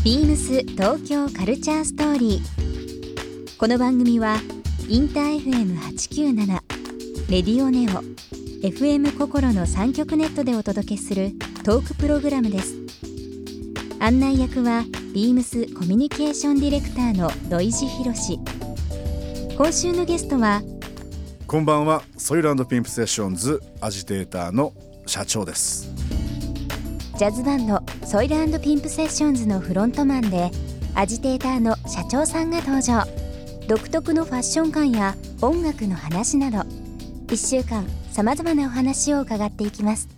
ビームス東京カルチャーストーリー。この番組はインター FM897 レディオネオ FM 心の3極ネットでお届けするトークプログラムです。案内役はビームスコミュニケーションディレクターの土井博志。今週のゲストは、 こんばんは。ソイル&ピンプセッションズアジテーターの社長です。 ジャズバンドソイル&ピンプセッションズのフロントマンでアジテーターの社長さんが登場。独特のファッション感や音楽の話など1週間さまざまなお話を伺っていきます。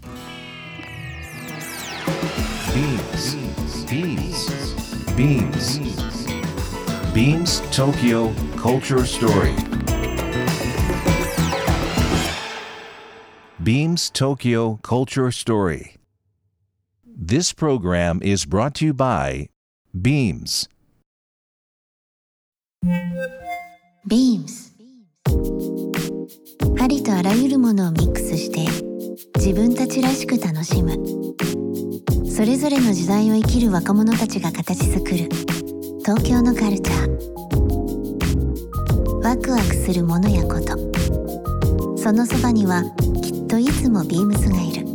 Beams Tokyo Culture Story. Beams Tokyo Culture Story. This program is brought to you by Beams. Beams ありとあらゆるものをミックスして自分たちらしく楽しむ。それぞれの時代を生きる若者たちが形作る東京のカルチャー。ワクワクするものやこと、そのそばにはきっといつもビームスがいる。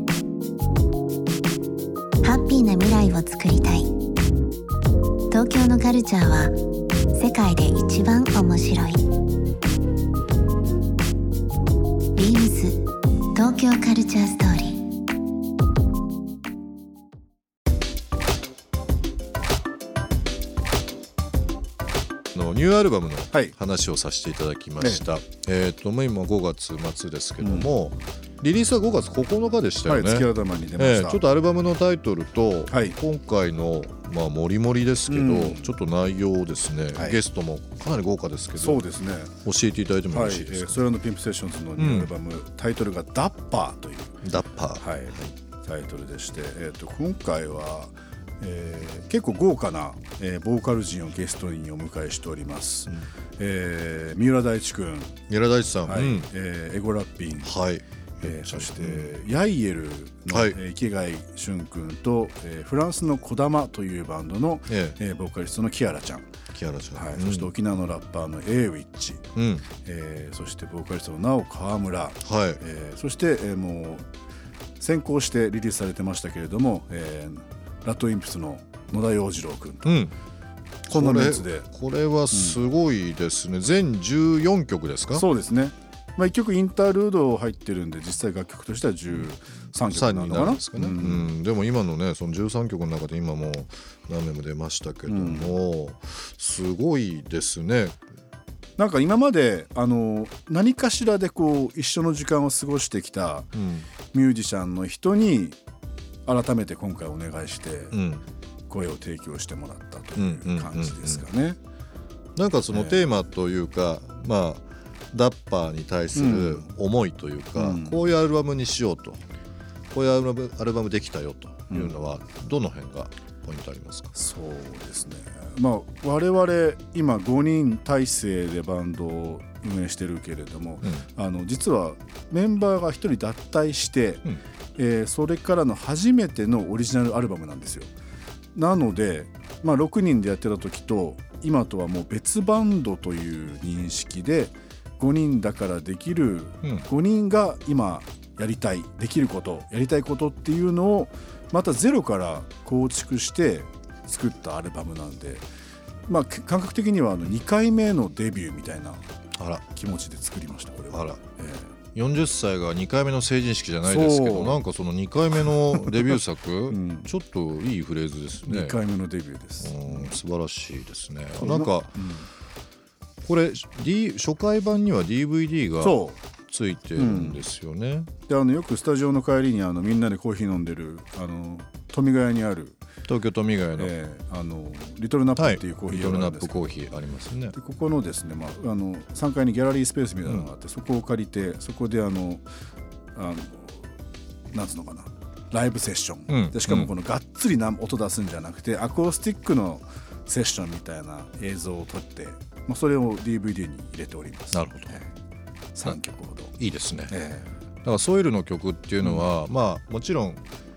ハッピーな未来を作りたい。東京のカルチャーは世界で一番面白い。ビームス東京カルチャーストーリー。 ニューアルバムの話をさせていただきました。今5月末ですけども、リリースは5月9日でしたよね。 月頭に出ました。 ちょっとアルバムのタイトルと、今回のもりもりですけど、ちょっと内容をですね、ゲストもかなり豪華ですけど、 そうですね、 教えていただいてもよろしいですか。 ソイル&ピンプセッションズのニューアルバム、タイトルがダッパーというダッパー、 タイトルでして、今回は結構豪華な、ボーカル陣をゲストにお迎えしております。三浦大知君、 三浦大知さん、 エゴラッピン、そしてヤイエルの、池貝俊君と、フランスのコダマというバンドの、ボーカリストのキアラちゃん、そして沖縄のラッパーのエイウィッチ、そしてボーカリストの直川村、そして、もう先行してリリースされてましたけれども、ラッドインプスの野田洋次郎君と、こんなメンツでこれはすごいですね。全14曲ですか。 そうですね。1曲インタールード入ってるんで、実際楽曲としては13曲なのかな。 でも今のね、その13曲の中で今もう何名も出ましたけども、すごいですね。 なんか今まで何かしらでこう一緒の時間を過ごしてきたミュージシャンの人に改めて今回お願いして声を提供してもらったという感じですかね。 なんかそのテーマというか、ダッパーに対する思いというか、こういうアルバムにしようと、こういうアルバムできたよというのは、どの辺がポイントありますか。 そうですね、我々今5人体制でバンドを運営してるけれども、実はメンバーが1人脱退して、それからの初めてのオリジナルアルバムなんですよ。なので、6人でやってた時と今とはもう別バンドという認識で、5人だからできる、5人が今やりたい、できること、やりたいことっていうのをまたゼロから構築して作ったアルバムなんで、感覚的には2回目のデビューみたいな気持ちで作りました。これは 40歳が2回目の成人式じゃないですけど、なんかその2回目のデビュー作、ちょっといいフレーズですね。 2回目のデビューです。 素晴らしいですね。なんか、これ、初回版には DVD がついてるんですよね。 でよくスタジオの帰りにみんなでコーヒー飲んでる富ヶ谷にある東京富ヶ谷の、 リトルナップっていうコーヒー屋があるんですけど、 リトルナップコーヒーありますね。 でここのですね、3階にギャラリースペースみたいなのがあって、そこを借りて、そこでなんつうのかな、ライブセッション、でしかもこのがっつりな音出すんじゃなくて、アコースティックのセッションみたいな映像を撮って、それを DVD に入れております。 なるほど、 3曲ほど。 いいですね。だからソイルの曲っていうのは、もちろん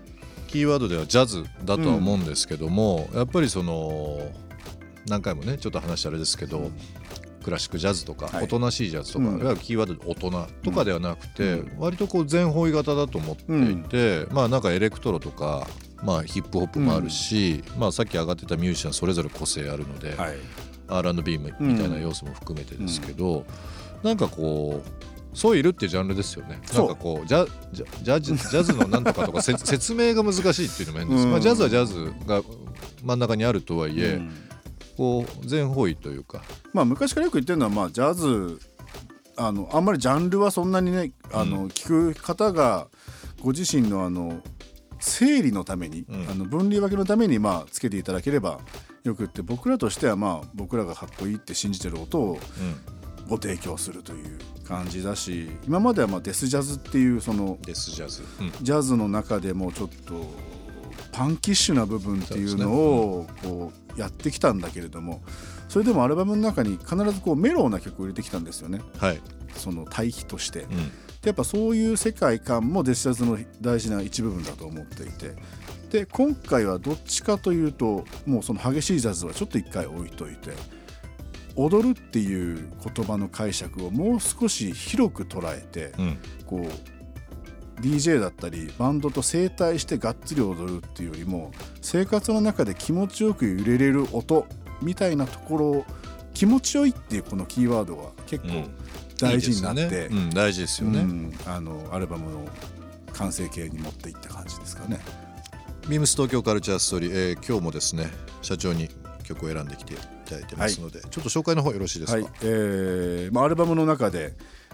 キーワードではジャズだとは思うんですけども、やっぱりその何回もねちょっと話あれですけど、クラシックジャズとか、おとなしいジャズとか、いわゆるキーワードで大人とかではなくて、割とこう全方位型だと思っていて、まあなんかエレクトロとか、まあヒップホップもあるし、まあさっき上がってたミュージシャンそれぞれ個性あるので、R&B みたいな要素も含めてですけど、なんかこうソイルっていうジャンルですよね。なんかこうジャズのなんとかとか説明が難しいっていうのも変です。まあジャズはジャズが真ん中にあるとはいえ、こう全方位というか、 まあ昔からよく言ってるのは、まあジャズあんまりジャンルはそんなにね聞く方がご自身の整理のために、分離分けのためにまあつけていただければよくって、僕らとしてはまあ僕らがかっこいいって信じてる音をご提供するという感じだし、今まではまあデスジャズっていうそのデスジャズ、 ジャズの中でもちょっとパンキッシュな部分っていうのをこうやってきたんだけれども、それでもアルバムの中に必ずこうメロウな曲を入れてきたんですよね、その対比として、でやっぱそういう世界観もデスジャズの大事な一部分だと思っていて、で今回はどっちかというともうその激しいジャズはちょっと一回置いといて、踊るっていう言葉の解釈をもう少し広く捉えて、こう DJ だったりバンドと整体してがっつり踊るっていうよりも、生活の中で気持ちよく揺れれる音みたいなところを、気持ちよいっていうこのキーワードが結構大事になって、 大事ですよね、 アルバムの完成形に持っていった感じですかね。 ビームス東京カルチャーストーリー、今日もですね社長に曲を選んできていただいてますので、ちょっと紹介の方よろしいですか。 アルバムの中で、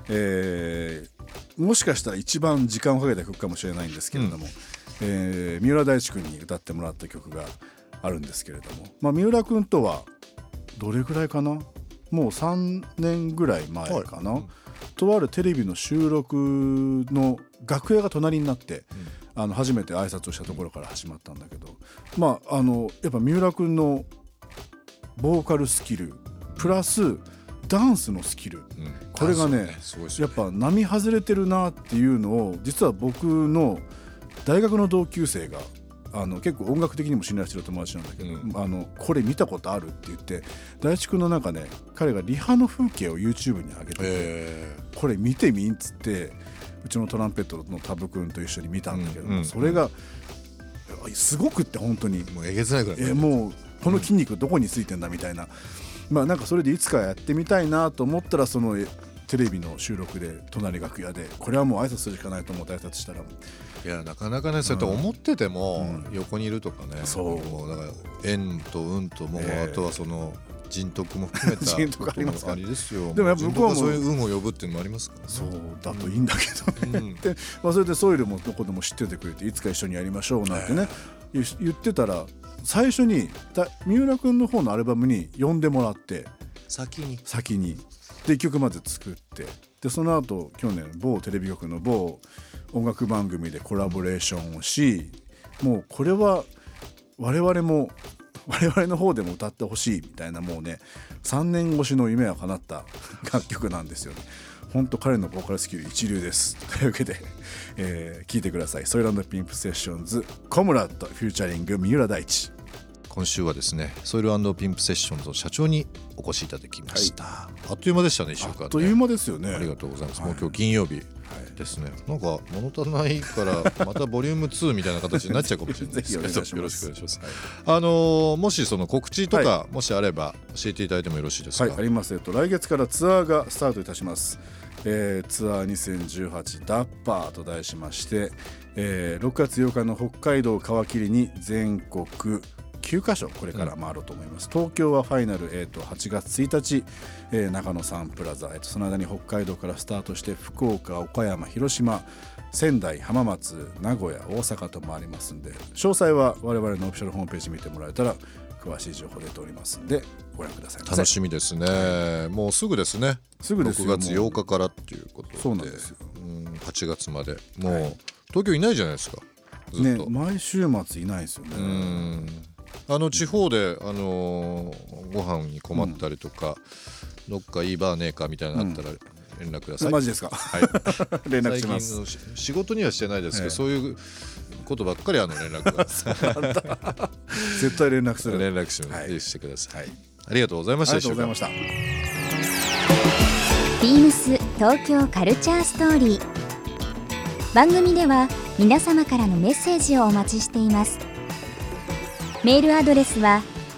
もしかしたら一番時間をかけた曲かもしれないんですけれども、三浦大知君に歌ってもらった曲があるんですけれども、三浦君とはどれぐらいかな、もう3年ぐらい前かな、とあるテレビの収録の楽屋が隣になって、初めて挨拶をしたところから始まったんだけど、やっぱ三浦君のボーカルスキルプラスダンスのスキル、これがねやっぱ並外れてるなっていうのを、実は僕の大学の同級生が結構音楽的にも信頼してる友達なんだけど、これ見たことあるって言って、大地君の中ね、彼がリハの風景を YouTube に上げてて、これ見てみんっつって、うちのトランペットのタブ君と一緒に見たんだけど、それがすごくって、本当にもうえげつないぐらい、 もうこの筋肉どこについてんだみたいな、なんかそれでいつかやってみたいなと思ったら、そのテレビの収録で隣楽屋で、これはもう挨拶するしかないと思って挨拶したら、 いやなかなかね、そうやって思ってても横にいるとかね、もうだから縁と運と、もうあとはその人徳も含めたこともありですよ。 でもやっぱ僕はもうそういう運を呼ぶっていうのもありますからね。 そうだといいんだけどね、でそれでソイルもどこでも知っててくれて、いつか一緒にやりましょうなんてね、言ってたら、最初に三浦君の方のアルバムに呼んでもらって、先にで1曲まで作って、でその後去年某テレビ局の某音楽番組でコラボレーションをし、もうこれは我々の方でも歌ってほしいみたいな、もうね3年越しの夢は叶った楽曲なんですよね。本当彼のボーカルスキル一流です。というわけで、聴いてください。ソイル&ピンプセッションズコムラッドフューチャリング三浦大知。 今週はですね、ソイル&ピンプセッションズの社長にお越しいただきました、あっという間でしたね、1週間ね。 あっという間ですよね。 ありがとうございます、もう今日金曜日ですね、なんか物足らないからまたボリューム2みたいな形になっちゃうかもしれないですけどよろしくお願いします。もしその告知とかもしあれば教えていただいてもよろしいですか。 あります。来月からツアーがスタートいたします。ツアー2018ダッパーと題しまして、6月8日の北海道皮切りに全国9カ所これから回ろうと思います。東京はファイナル、8月1日、中野サンプラザ、その間に北海道からスタートして福岡、岡山、広島、仙台、浜松、名古屋、大阪と回りますんで、詳細は我々のオフィシャルホームページ見てもらえたら詳しい情報出ておりますんでご覧ください。 楽しみですね、もうすぐですね。 すぐですよ。 6月8日からっていうことで、 そうなんですよ。 8月までもう、東京いないじゃないですか、ずっと、 毎週末いないですよね。 地方で、ご飯に困ったりとか、どっかいいバーねえかみたいなのあったら連絡ください。 マジですか。はい、連絡します。 最近仕事にはしてないですけど、そういうことばっかり連絡絶対連絡する。 連絡してください。ありがとうございました。 ありがとうございました。 ビームス東京カルチャーストーリー。番組では皆様からのメッセージをお待ちしています。メールアドレスは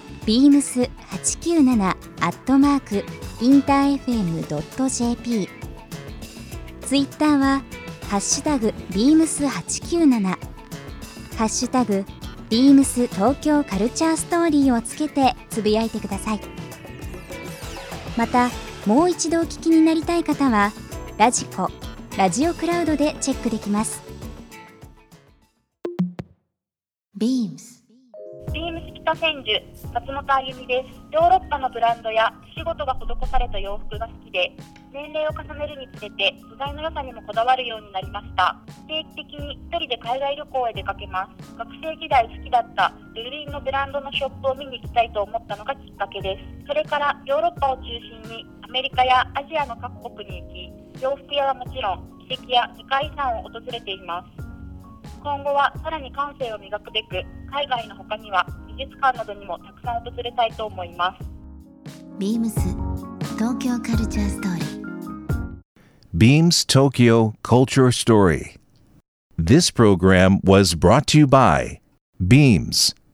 beams897@interfm.jp。 ツイッターはハッシュタグ beams897、 ハッシュタグビームス東京カルチャーストーリーをつけてつぶやいてください。またもう一度お聞きになりたい方はラジコ、ラジオクラウドでチェックできます。 ビームス北千住松本あゆみです。ヨーロッパのブランドや仕事が施された洋服が好きで、年齢を重ねるにつれて素材の良さにもこだわるようになりました。定期的に一人で海外旅行へ出かけます。学生時代好きだったベルリンのブランドのショップを見に行きたいと思ったのがきっかけです。それからヨーロッパを中心にアメリカやアジアの各国に行き、洋服屋はもちろん遺跡や世界遺産を訪れています。今後はさらに感性を磨くべく、海外の他には美術館などにもたくさん訪れたいと思います。 ビームス東京カルチャーストーリー。 Beams Tokyo Culture Story. This program was brought to you by Beams.